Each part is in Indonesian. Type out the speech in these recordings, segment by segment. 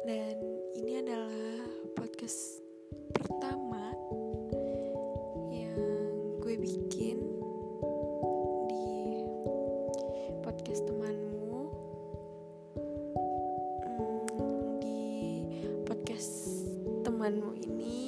Dan ini adalah podcast pertama yang gue bikin di podcast temanmu. Di podcast temanmu ini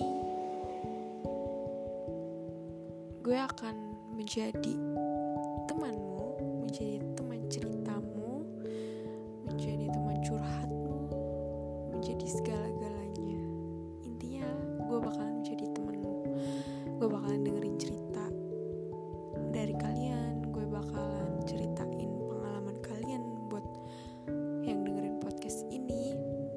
gue akan menjadi temanmu, menjadi teman ceritamu, menjadi teman curhatmu, menjadi segala-galanya. Intinya gue bakalan menjadi temenmu. Gue bakalan dengerin cerita dari kalian. Gue bakalan ceritain pengalaman kalian buat yang dengerin podcast ini.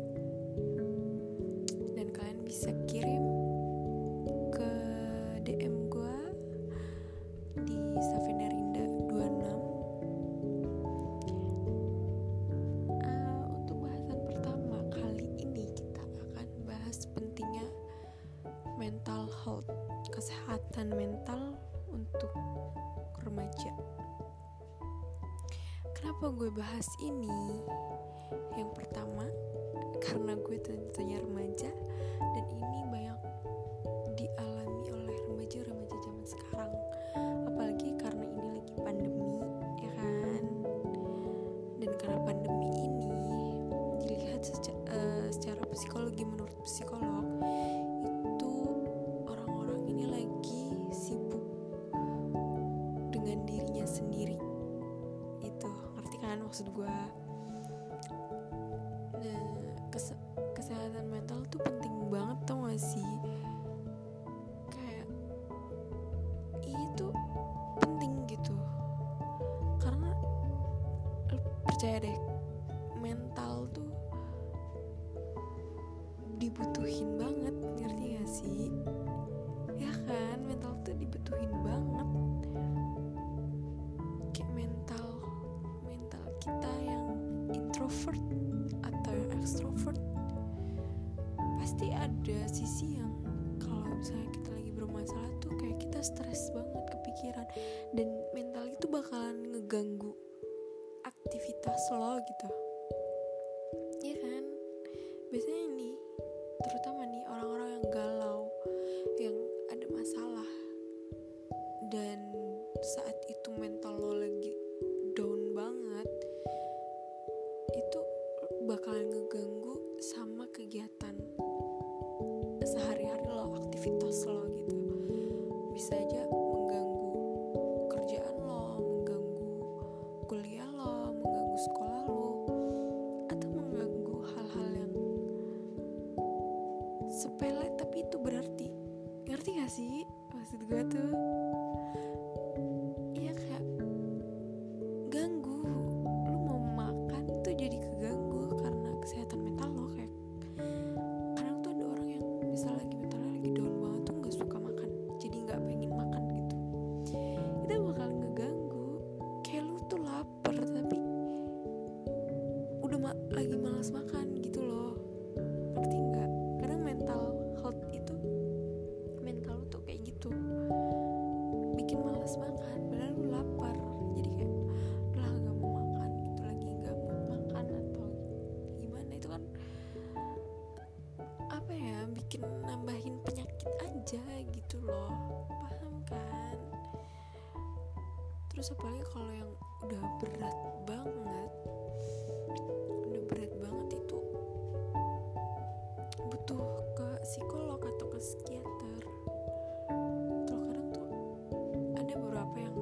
Dan kalian bisa kirim ke DM gue di Safinerinda 26. Untuk bahasan pertama kali ini kita akan bahas pentingnya mental health, kesehatan mental untuk remaja. Kenapa gue bahas ini? Yang pertama, karena gue tentunya remaja dan ini banyak dialami oleh remaja-remaja zaman sekarang. Apalagi karena ini lagi pandemi, ya kan? Dan karena pandemi ini dilihat secara psikologi, menurut psikolog itu orang-orang ini lagi sibuk dengan dirinya sendiri. Itu ngerti kan maksud gue? Nah, kesehatan mental tuh penting banget, tau gak sih? Kayak ini tuh penting gitu, karena percaya deh, mental tuh dibutuhin banget, ngerti gak sih? Ya kan, mental tuh dibutuhin banget. Kayak mental kita yang introvert atau yang extrovert, pasti ada sisi yang kalau misalnya kita lagi bermasalah tuh kayak kita stres banget, kepikiran, dan mental itu bakalan ngeganggu aktivitas lo gitu. Iya kan? Biasanya nih, terutama nih orang-orang yang galau, yang ada masalah, dan saat itu mental lo lagi down banget, itu bakalan ngeganggu sama kegiatan sehari-hari lo, aktivitas lo gitu. Bisa aja mengganggu kerjaan lo, mengganggu kuliah lo, mengganggu sekolah lo, atau mengganggu hal-hal yang sepele tapi itu berarti. Ngerti gak sih maksud gue tuh? Iya, kayak ganggu. Lu mau makan tuh jadi keganggu karena kesehatan mental lo. Kayak kadang tuh ada orang yang misalnya lagi mentalnya lagi down banget tuh gak suka makan, jadi gak pengen makan gitu. Itu bakal ngeganggu. Kayak lu tuh lapar tapi udah lagi malas makan gitu loh. Ngerti gak? Kadang mental health itu, mental lu tuh kayak gitu, bikin malas makan padahal lu lapar. Jadi kayak udah gak mau makan gitu, lagi gak mau makan atau gimana. Itu kan apa ya, bikin nambahin penyakit aja gitu loh. Paham kan? Terus apalagi kalau yang udah berat banget itu butuh ke psikolog atau ke psikiater. Kalau kadang tuh ada beberapa yang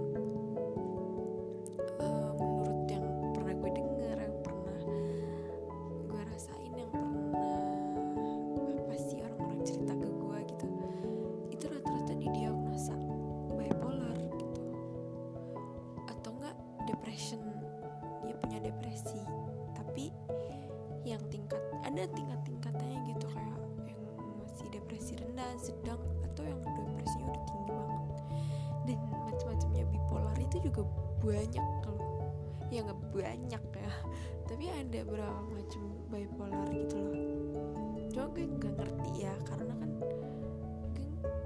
menurut yang pernah gue denger, yang pernah gue rasain, yang pernah apa sih orang-orang cerita ke gue gitu, itu rata-rata didiagnosa bipolar gitu, atau enggak depression. Dia punya depresi, tapi yang ada tingkat-tingkatannya gitu, kayak yang masih depresi rendah, sedang, atau yang depresinya udah tinggi banget. Dan macam-macamnya bipolar itu juga banyak loh. Ya nggak banyak ya, tapi ada berapa macam bipolar gitu loh. Cuma gue nggak ngerti ya, karena kan gue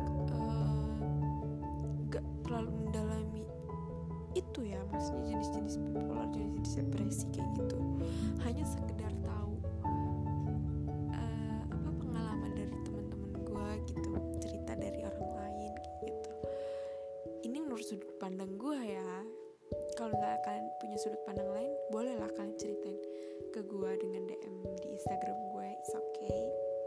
nggak terlalu mendalami itu ya, maksudnya jenis-jenis bipolar, jenis-jenis depresi kayak gitu. Hanya sekedar tahu pandang gue ya. Kalau misalnya kalian punya sudut pandang lain, bolehlah kalian ceritain ke gue dengan DM di Instagram gue, it's okay.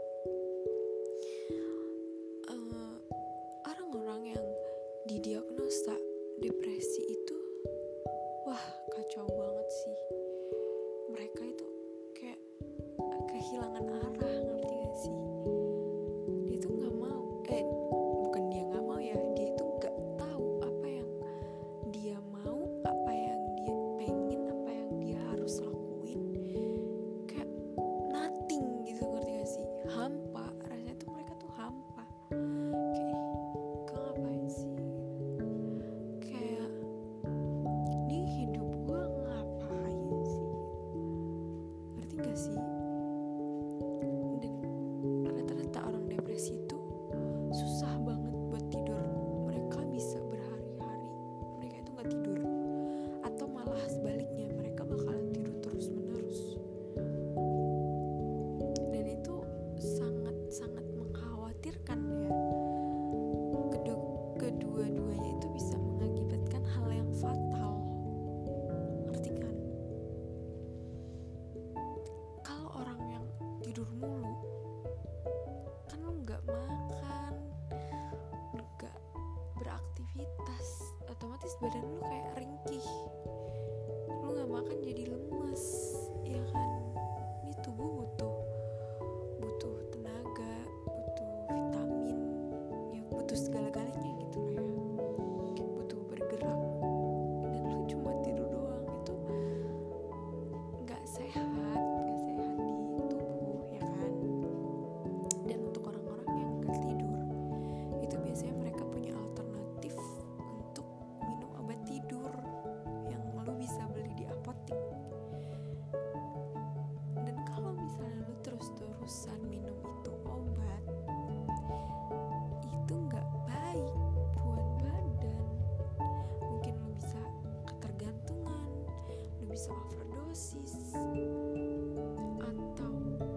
Orang-orang yang didiagnosa depresi itu, wah kacau banget sih. Mereka itu kayak kehilangan arah, ngerti gak sih? Dia tuh gak mau, bukan dia gak mau ya, dia itu gak tahu apa yang dia mau, apa yang dia pengen, apa yang dia harus lakuin. Kayak nothing gitu, ngerti gak sih? Hampa, rasanya tuh mereka tuh hampa. Kayak gue ngapain sih? Kayak di hidup gue ngapain sih? Ngerti gak sih? Dan rata-rata orang depresi itu susah banget buat tidur. Mereka bisa berhari-hari mereka itu gak tidur, atau malah sebaliknya, mereka bakalan tidur terus menerus. Dan itu sangat-sangat mengkhawatirkan ya. Kedua-duanya itu bisa mengakibatkan hal yang fatal, ngerti kan? Kalau orang yang tidur mulu, kan lu gak makan, lu gak beraktivitas, otomatis badan lu kayak ringkih. Lu gak makan jadi lemes, ya kan? Ini tubuh butuh tenaga, butuh vitamin, ya butuh segala-galanya gitu lah ya. Butuh bergerak, dan lu cuma tidur doang, itu gak sehat di tubuh, ya kan? Dan untuk orang-orang yang gak tidur, itu biasanya mereka punya alternatif untuk minum obat tidur yang lu bisa beli di apotek. Dan kalau misalnya lu terus-terusan minum itu obat, itu gak baik buat badan. Mungkin lu bisa ketergantungan, lu bisa overdosis, atau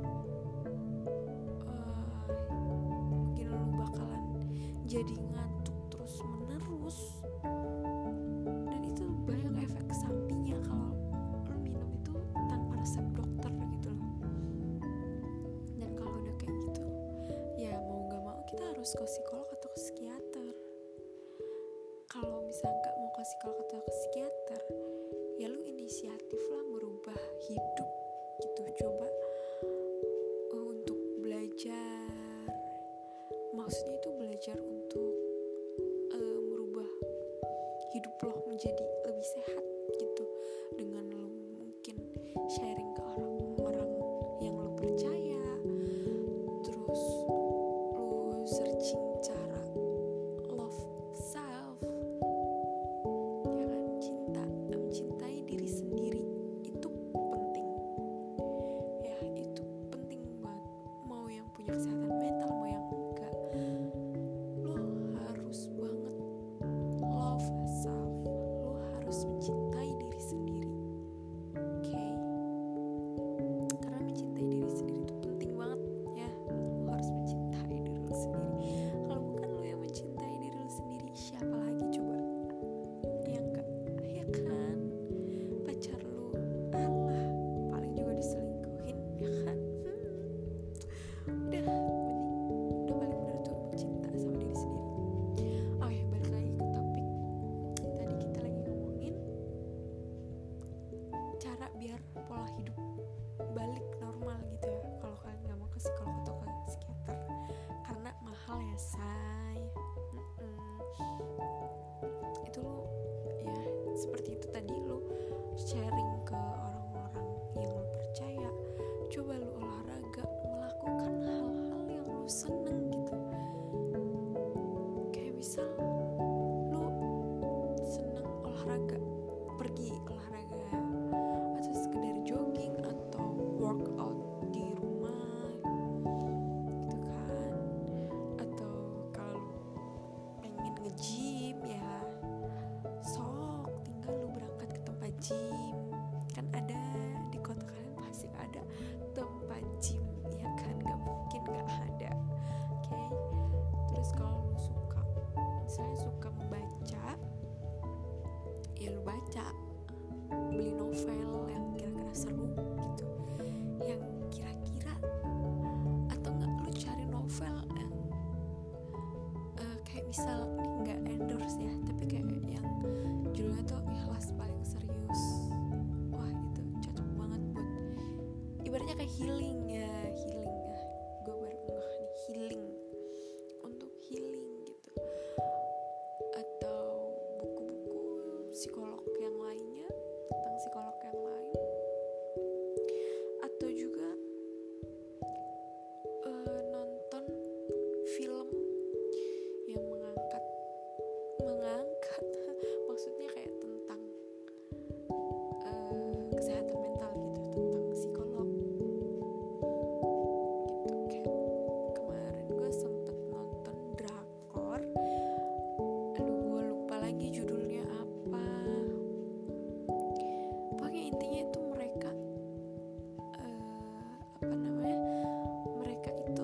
mungkin lu bakalan jadi ngantuk terus menerus. Dan itu banyak efek sampingnya kalau lu minum itu tanpa resep dokter gitu loh. Dan kalau udah kayak gitu, ya mau gak mau kita harus ke psikolog atau ke psikiater. Kalau misalnya gak mau ke psikolog atau ke psikiater, ya lu inisiatif lah merubah hidup gitu. Coba untuk belajar, maksudnya itu belajar untuk merubah hidup lo menjadi lebih sehat gitu, dengan lo mungkin sharing ke orang-orang yang lo percaya, terus lo searching cara love self, ya kan? Mencintai diri sendiri itu penting ya, itu penting banget. Mau yang punya kesehatan mental, mau yang enggak, lo harus banget love self, lo harus mencintai diri sendiri, oke? Karena mencintai diri sendiri itu penting banget ya. Lo harus mencintai diri lo sendiri. Kalau bukan lo yang mencintai diri lo sendiri, siapa lagi coba? Ya enggak, ya kan? Pacar lo, alah, paling juga diselingkuhin, ya kan? Udah paling bener tuh cinta sama diri sendiri. Oke, balik lagi ke topik. Tadi kita lagi ngomongin cara biar pola hidup balik normal gitu ya. Kalau kalian gak mau ke psikolog atau ke psikiater, karena mahal ya say. Itu lo ya seperti itu tadi, lo sharing ke orang-orang yang lo percaya. Coba lo olahraga, melakukan hal-hal yang lo seneng gitu. Kayak misal lo seneng olahraga, pergi olahraga, atau sekedar jogging atau workout di rumah gitu kan. Atau kalau pengen nge-gym ya, sok tinggal lu berangkat ke tempat gym. Kan ada di kota kalian pasti ada tempat misal nggak endorse ya, tapi kayak yang judulnya tuh Ikhlas Paling Serius. Wah itu cocok banget buat ibaratnya kayak healing ya. Gue baru ngeh nih, healing, untuk healing gitu. Atau buku-buku psikolog yang lainnya, tentang psikolog yang lain. Atau juga nonton film yang mengangkat maksudnya kayak tentang kesehatan mental gitu, tentang psikolog gitu. Kayak kemarin gue sempet nonton drakor, aduh gue lupa lagi judulnya apa, pokoknya intinya itu mereka mereka itu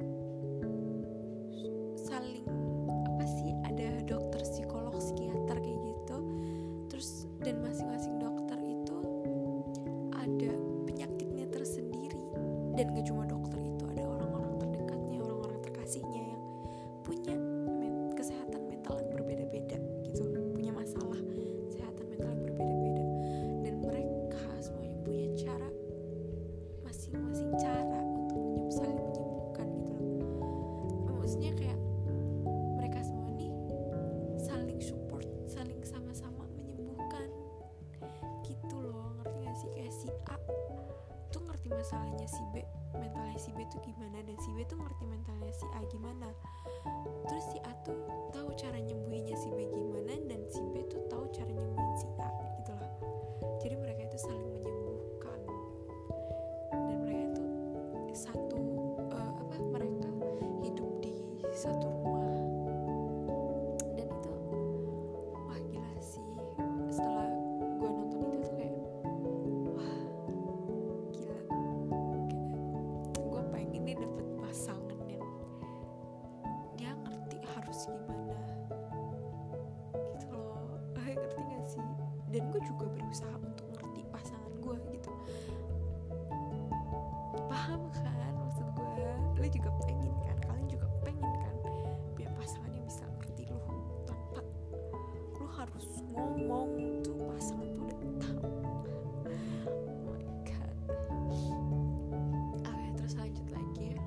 saling ada dokter, psikolog, psikiater kayak gitu. Terus dan masing-masing dokter itu ada penyakitnya tersendiri, dan gak cuma dokter itu, ada orang-orang terdekatnya, orang-orang terkasihnya yang punya kesehatan mental yang berbeda-beda gitu, punya masalah kesehatan mental yang berbeda-beda, dan mereka semuanya punya cara, masing-masing cara untuk saling menyembuhkan gitu loh. Maksudnya kayak mereka semua nih saling support, saling sama-sama menyembuhkan gitu loh, ngerti gak sih? Kayak si A tuh ngerti masalahnya si B, mentalnya si B tuh gimana, dan si B tuh ngerti mentalnya si A gimana. Terus si A tuh tahu cara nyembuhinnya si B gimana, dan si B tuh tahu cara nyembuhin si A gitu loh. Jadi mereka itu saling menyembuhkan, dan mereka itu satu mereka hidup di satu rumah. Dan itu wah gila sih, setelah gue nonton itu tuh kayak wah gila, gue pengen nih dapet pasangan yang dia ngerti harus gimana gitu loh. Ngerti gak sih? Dan gue juga berusaha untuk ngerti pasangan gue gitu. Paham kan maksud gue? Lo juga pengen kan, kalian juga pengen kan biar pasangan yang bisa ngerti lo tanpa lo harus ngomong tuh, pasangan tuh udah tahu. Oh my god. Oke, terus lanjut lagi ya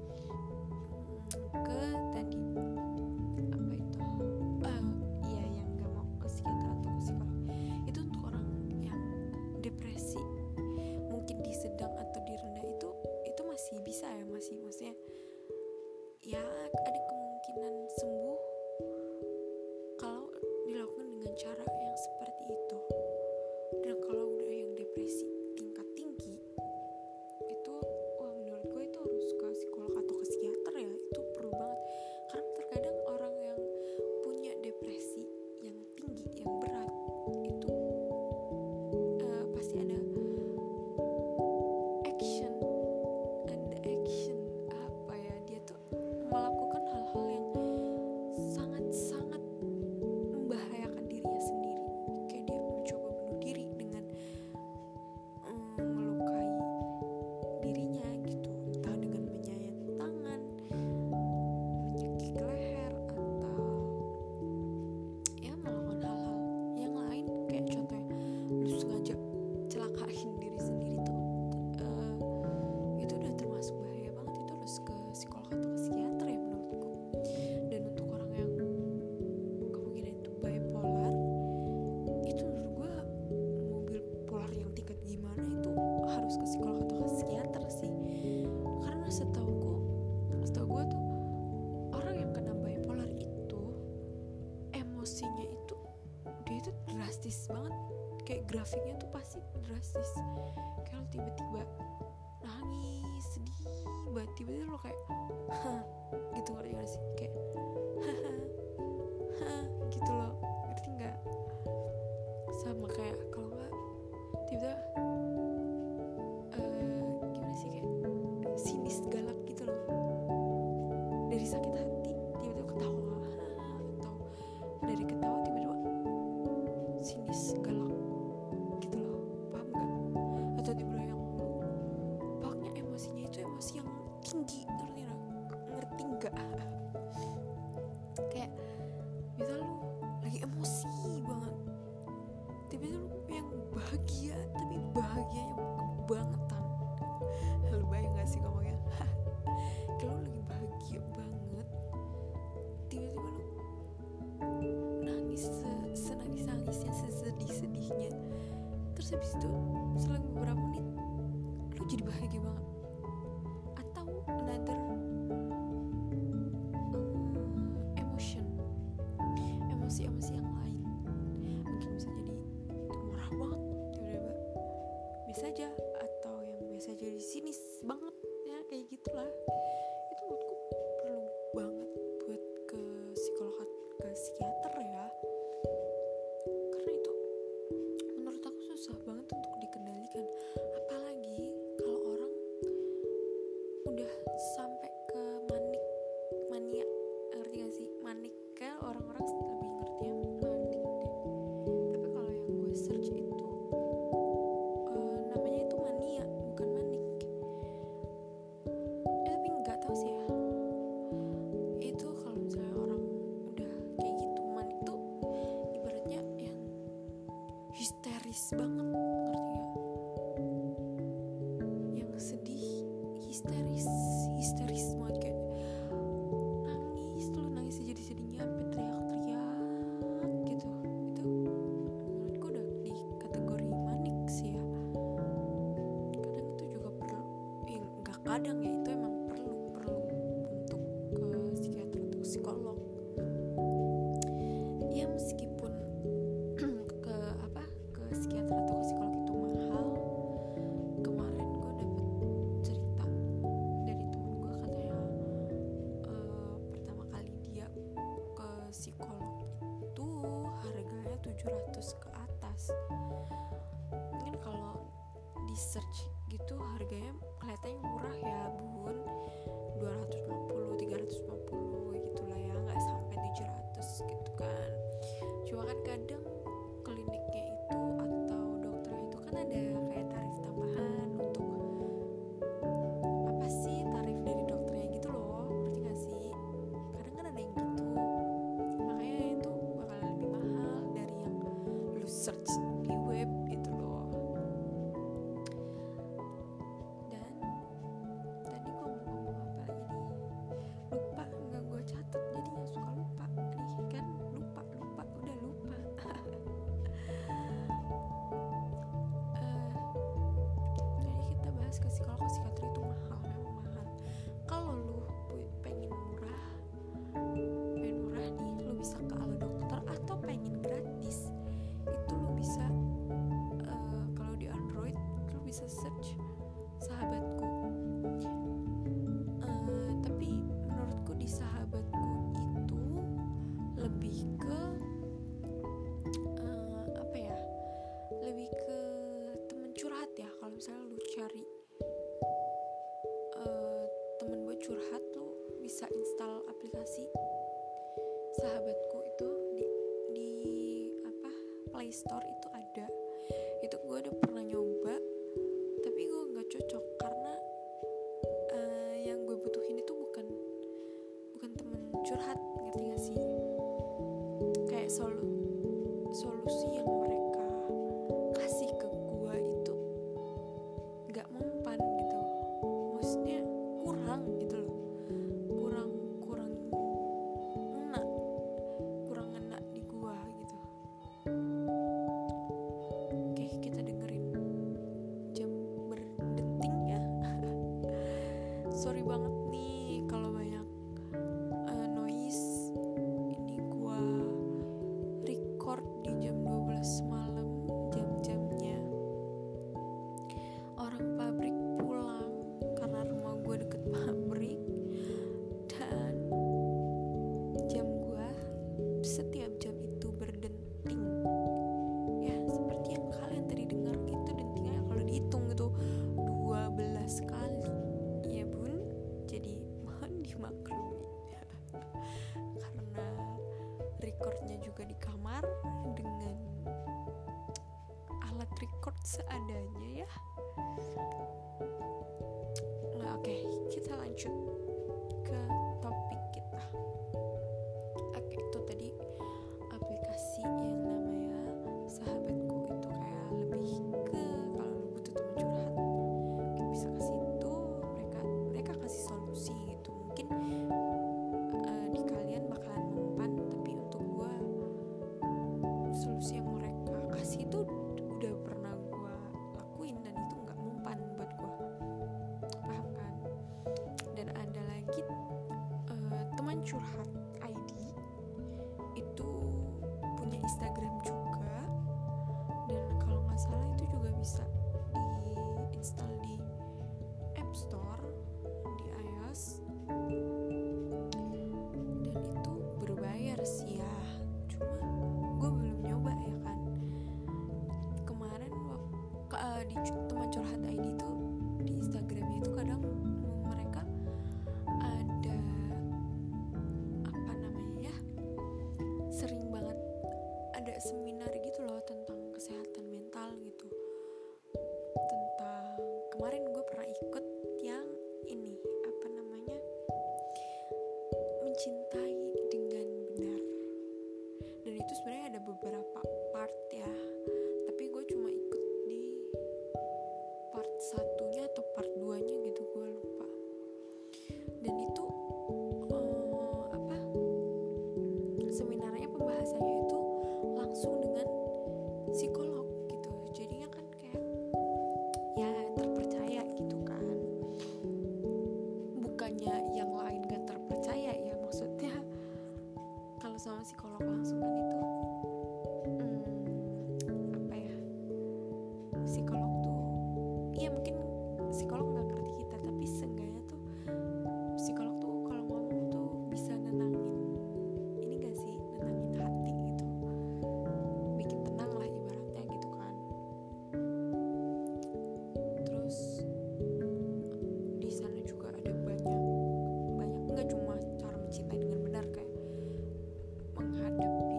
ke tadi apa itu, iya yang gak mau ke psikiater atau ke psikolog. Itu untuk orang yang depresi, mungkin di sedang atau di rendah, itu masih bisa ya, masih maksudnya ya ada kemungkinan sembuh kalau dilakukan dengan cara yang seperti itu. Dan kalau udah yang depresi tingkat tinggi itu, wah menurut gue itu harus ke psikolog atau ke psikiater ya, itu perlu banget. Karena terkadang orang yang punya depresi yang tinggi, yang berat itu pasti ada action apa ya, dia tuh melakukan hal-hal yang sangat-sangat membahayakan dirinya sendiri. Kayak dia mencoba bunuh diri dengan melukai dirinya gitu, entah dengan menyayat tangan, menyekik leher, atau ya melakukan hal-hal yang lain. Kayak contohnya lu sengaja celakain diri sendiri tuh, itu udah termasuk bahaya banget. Itu harus ke psikolog atau ke psikiater ya menurutku. Dan untuk orang yang kemungkinan itu bipolar, itu menurut gue mau bipolar yang tingkat gimana itu harus ke psikolog atau ke psikiater sih. Karena setahu gue tuh orang yang kena bipolar itu emosinya itu dia itu drastis banget, kayak grafiknya tuh pasti drastis. Kayak lo tiba-tiba nangis, sedih banget, tiba-tiba lo kayak gitu, ngerti gak sih? Kayak gitu loh, ngerti gak? Sama kayak kalau gak tiba-tiba gimana sih, kayak sinis galak gitu loh. Dari sakit hati tiba-tiba ketawa, atau dari ketawa tiba-tiba sinis galak gitu loh, paham gak? Atau tiba-tiba yang pokoknya emosinya itu emosi yang tinggi, ngerti gak? terus habis itu selang beberapa menit lu jadi bahagia banget. Atau another emosi yang lain, mungkin bisa jadi itu marah banget tiba-tiba biasa aja, atau yang biasa jadi sinis banget ya, kayak gitulah. Itu menurutku perlu banget buat ke psikolog, ke psikiater ya, karena itu menurut aku susah banget untuk dikendalikan. Apalagi kalau orang udah sampai ke mania, ngerti gak sih manik? Kayak orang-orang lebih ngertinya manik deh, tapi kalau yang gue search itu namanya itu mania, bukan manik. Tapi nggak tahu sih ya, itu kalau misalnya orang udah kayak gitu, manik tuh ibaratnya yang histeris banget, ngerti gak? Yang sedih histeris banget, kayak nangis jadi-jadinya sampai teriak-teriak gitu. Itu menurutku udah di kategori manik sih ya. Kadang itu juga perlu, nggak kadang ya, itu emang perlu untuk ke psikiater atau psikolog ya. Meskipun ke psikiater atau ke psikolog itu mahal. Kemarin gue dapet cerita dari temen gue, katanya pertama kali dia ke psikolog itu harganya 700 ke atas. Mungkin kalau di search gitu harganya kelihatannya murah ya bun, 250, 350 gitu lah ya, gak sampai 700 gitu kan. Cuma kan kadang kliniknya itu atau dokternya itu kan ada kayak tarif tambahan untuk apa sih, tarif dari dokternya gitu loh, ngerti gak sih? Kadang kan ada yang gitu, makanya itu bakal lebih mahal dari yang lu search di web gitu loh. Dan tadi gue mau ngomong apa lagi nih, lupa, nggak gue catat jadinya suka lupa nih kan, lupa udah lupa. Jadi kita bahas ke psikolog, ke psikiater itu mahal, memang mahal. Kalau lu pengen murah nih, lu bisa ke Ala Dokter, atau pengen gratis itu lu bisa kalau di Android lu bisa search Sahabatku. Tapi menurutku di Sahabatku itu lebih ke apa ya, lebih ke temen curhat ya. Kalau misalnya lu cari temen buat curhat, lu bisa install aplikasi Sahabatku itu di Play Store itu ada. Itu gue udah pernah nyoba, tapi gue nggak cocok karena yang gue butuhin itu bukan temen curhat, ngerti gak sih? Kayak solusi yang mereka kasih ke gue itu nggak mempan gitu, maksudnya kurang gitu loh, kurang ngena di gue gitu. Oke, kita dengerin jam berdenting ya. Sorry banget nih kalau banyak noise. Ini gua record di jam 12 malam, jam-jamnya orang pabrik pulang karena rumah gua deket pabrik. Dan jam gua setiap jam itu berdenting ya, seperti yang kalian tadi dengar itu dentingnya kalau dihitung itu 12 kali ya bun. Jadi curhat ID itu punya Instagram juga, dan kalau nggak salah itu juga bisa diinstal di App Store di iOS, dan itu berbayar sih ya, cuma gue belum nyoba ya kan. Kemarin di teman curhat ID itu di Instagramnya itu kadang mereka ada apa namanya ya, sering banget ada seminar gitu loh tentang kesehatan mental gitu. Tentang kemarin gue pernah ikut yang ini apa namanya, mencintai dengan benar, dan itu sebenarnya ada beberapa part ya, tapi gue cuma ikut di part satunya atau part 2-nya gitu, gue lupa. Dan itu apa, seminarnya pembahasannya itu langsung dengan psikolog gitu, jadinya kan kayak ya terpercaya gitu kan, bukannya yang lain gak terpercaya ya, maksudnya kalau sama psikolog langsung kan itu apa ya, psikolog tuh iya mungkin psikolog nggak ngerti kita, tapi seenggaknya tuh psikolog tuh kalau ngomong tuh bisa nenangin ini gak sih, nenangin hati gitu, bikin tenang lah ibaratnya gitu kan. Terus di sana juga ada banyak nggak cuma cara mencintai dengan benar, kayak menghadapi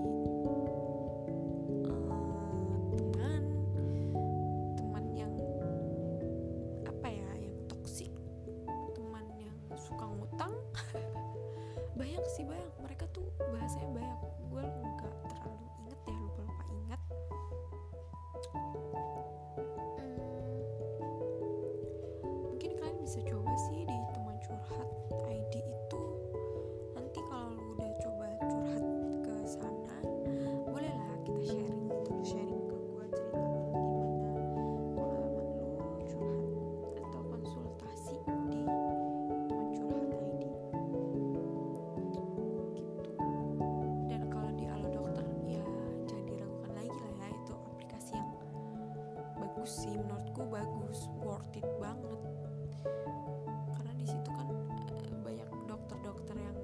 teman yang apa ya, yang toksik, teman yang suka ngutang banyak sih, banyak, mereka tuh bahasanya banyak, gue nggak terlalu inget ya, lupa ingat. Mungkin kalian bisa coba sih di teman curhat ID itu. Nanti kalau lu udah coba curhat ke sana, bolehlah kita sharing gitu, lu sharing ke gue, ceritain gimana pengalaman lu curhat atau konsultasi di teman curhat ID gitu. Dan kalau di Halo Dokter ya jangan diragukan lagi lah ya, itu aplikasi yang bagus sih, menurutku bagus, worth it banget, karena di situ kan banyak dokter-dokter yang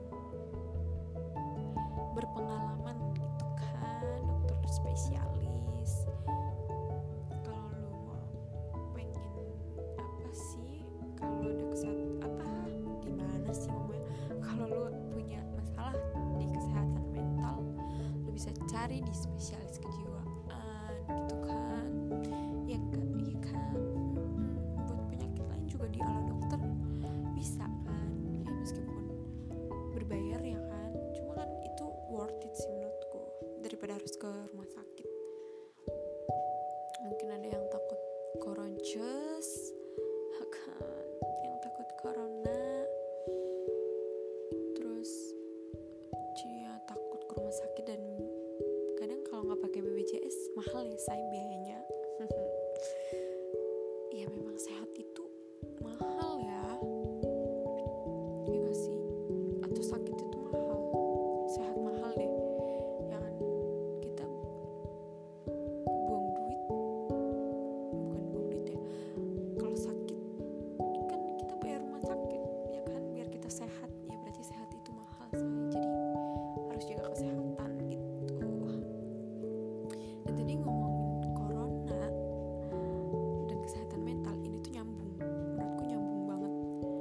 berpengalaman gitu kan, dokter spesialis. Kalau lu mau pengen apa sih, kalau ada apa gimana sih ngomongnya, kalau lu punya masalah di kesehatan mental, lu bisa cari di spesialis kejiwaan gitu kan, ya enggak iya kan. Buat penyakit lain juga di Halo Dokter bisa kan ya, meskipun berbayar ya kan, cuma kan itu worth it sih menurutku, daripada harus ke rumah sakit. Mungkin ada yang takut koronces kan, yang takut corona, terus ya takut ke rumah sakit, dan kadang kalau nggak pakai BPJS mahal ya say biayanya. Ya memang sehat itu mahal ya gak sih, atau sakit itu mahal, sehat mahal deh ya kan. Kita buang duit, bukan buang duit ya, kalau sakit kan kita bayar rumah sakit ya kan, biar kita sehat ya, berarti sehat itu mahal say. Jadi harus jaga kesehatan gitu. Dan tadi ngomongin corona dan kesehatan mental, ini tuh nyambung, menurutku nyambung banget,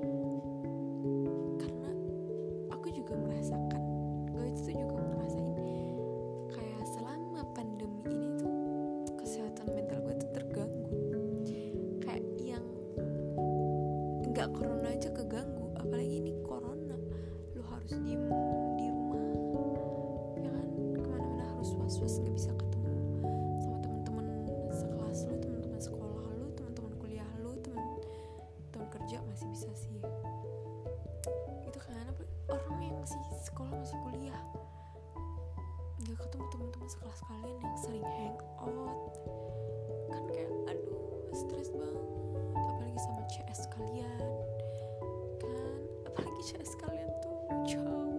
karena aku juga merasakan, gue itu juga ngerasain kayak selama pandemi ini tuh kesehatan mental gue tuh terganggu, kayak yang nggak corona aja keganggu, apalagi ini corona, lu harus diem di rumah ya kan, kemana-mana harus was-was, nggak bisa ketemu sama teman-teman sekelas lu, teman-teman sekolah lu, teman-teman kuliah lu, teman kerja masih bisa sih itu kan. Orang yang masih sekolah masih kuliah nggak ketemu teman-teman sekelas kalian yang sering hangout kan, kayak aduh stres banget, apalagi sama CS kalian kan, apalagi CS kalian tuh jauh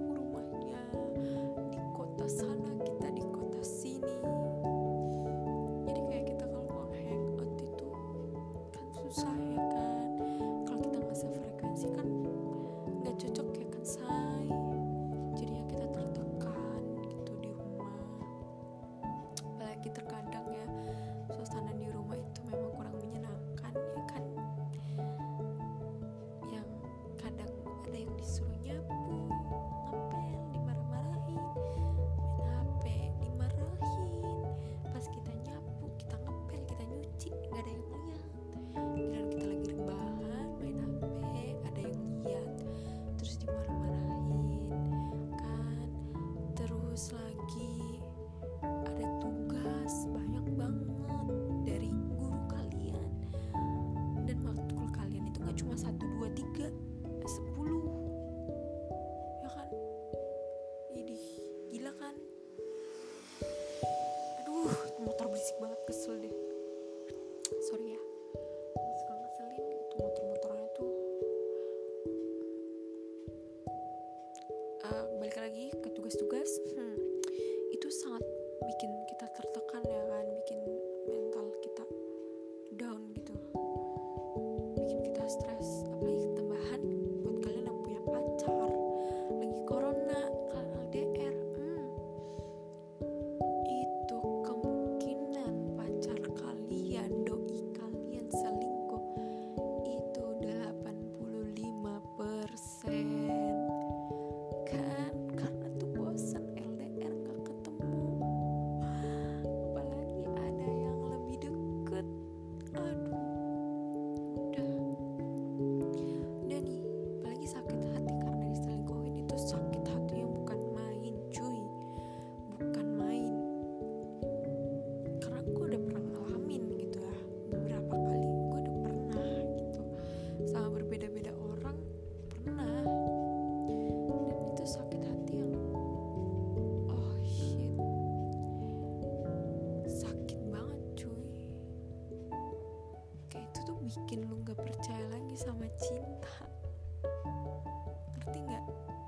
disuruh nyapu, ngepel, dimarah-marahin, main HP, dimarahin. Pas kita nyapu, kita ngepel, kita nyuci, nggak ada yang lihat. Giliran kita lagi rebahan, main HP, ada yang lihat, terus dimarah-marahin, kan? Terus lagi ada tugas banyak banget dari guru kalian, dan matkul kalian itu nggak cuma 1, 2, 3, 10, ya kan? Idih, gila kan? Aduh, motor berisik banget, kesel deh. Sorry ya, suka ngeselin tuh motor-motornya tuh. Balik lagi ke tugas-tugas. Itu sangat bikin kita tertekan ya kan, bikin mental kita down gitu, bikin kita stres. Apalagi tambahan buat kalian yang punya pacar, lagi corona, kalian LDR, itu kemungkinan pacar kalian, doi kalian selingkuh itu 85%, kan? Karena tuh bosan LDR gak ketemu, apalagi ada yang lebih deket. Aduh, udah nih, apalagi sakit hati karena diselingkuhin. Itu sakit hati yang bukan main, cuy, bukan main. Karena gue udah pernah ngalamin gitu ya, beberapa kali gue udah pernah gitu, sama berbeda-beda orang pernah. Dan itu sakit hati yang oh shit, sakit banget cuy. Kayak itu tuh bikin lu gak percaya lagi sama cinta, ngerti gak?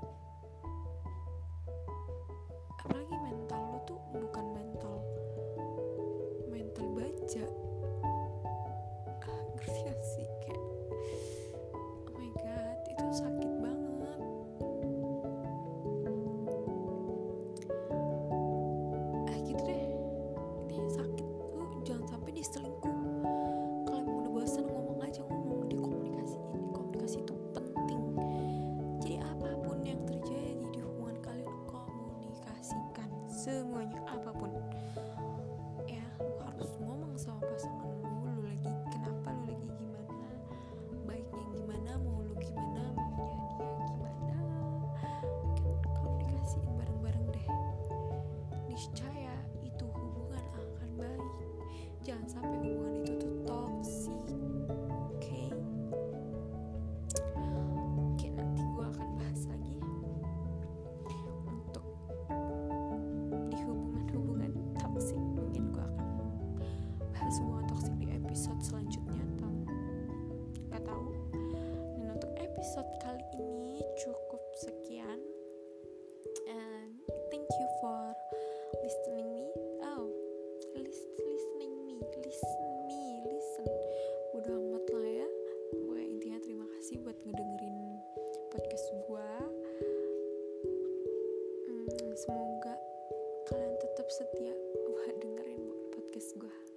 Apalagi mental lu tuh bukan mental baja, ngerti gak sih? Kayak oh my god, itu sakit banget. Gitu deh, ini sakit. Lu jangan sampai diselingkuh. Kalau emang udah bosan, ngomong aja, ngomong, dikomunikasiin. Komunikasi itu penting. Jadi apapun yang terjadi di hubungan kalian, komunikasikan semuanya, apapun ya. Lu harus ngomong sama pasangan lu lagi kenapa, lu lagi gimana, baiknya gimana, mau lu gimana, maunya dia gimana, kan? Komunikasiin bareng-bareng deh, niscaya itu hubungan akan baik. Jangan sampai hubungan itu tuh toxic. Oke, nanti gue akan bahas lagi untuk di hubungan toxic. Mungkin gue akan bahas hubungan toxic di episode selanjutnya, atau gak tahu. Dan untuk episode kali ini cukup sekian, and thank you for listening me. Listen. Udah amat lah ya. Pokoknya intinya terima kasih buat ngedengerin podcast gua. Semoga kalian tetap setia buat dengerin podcast gua.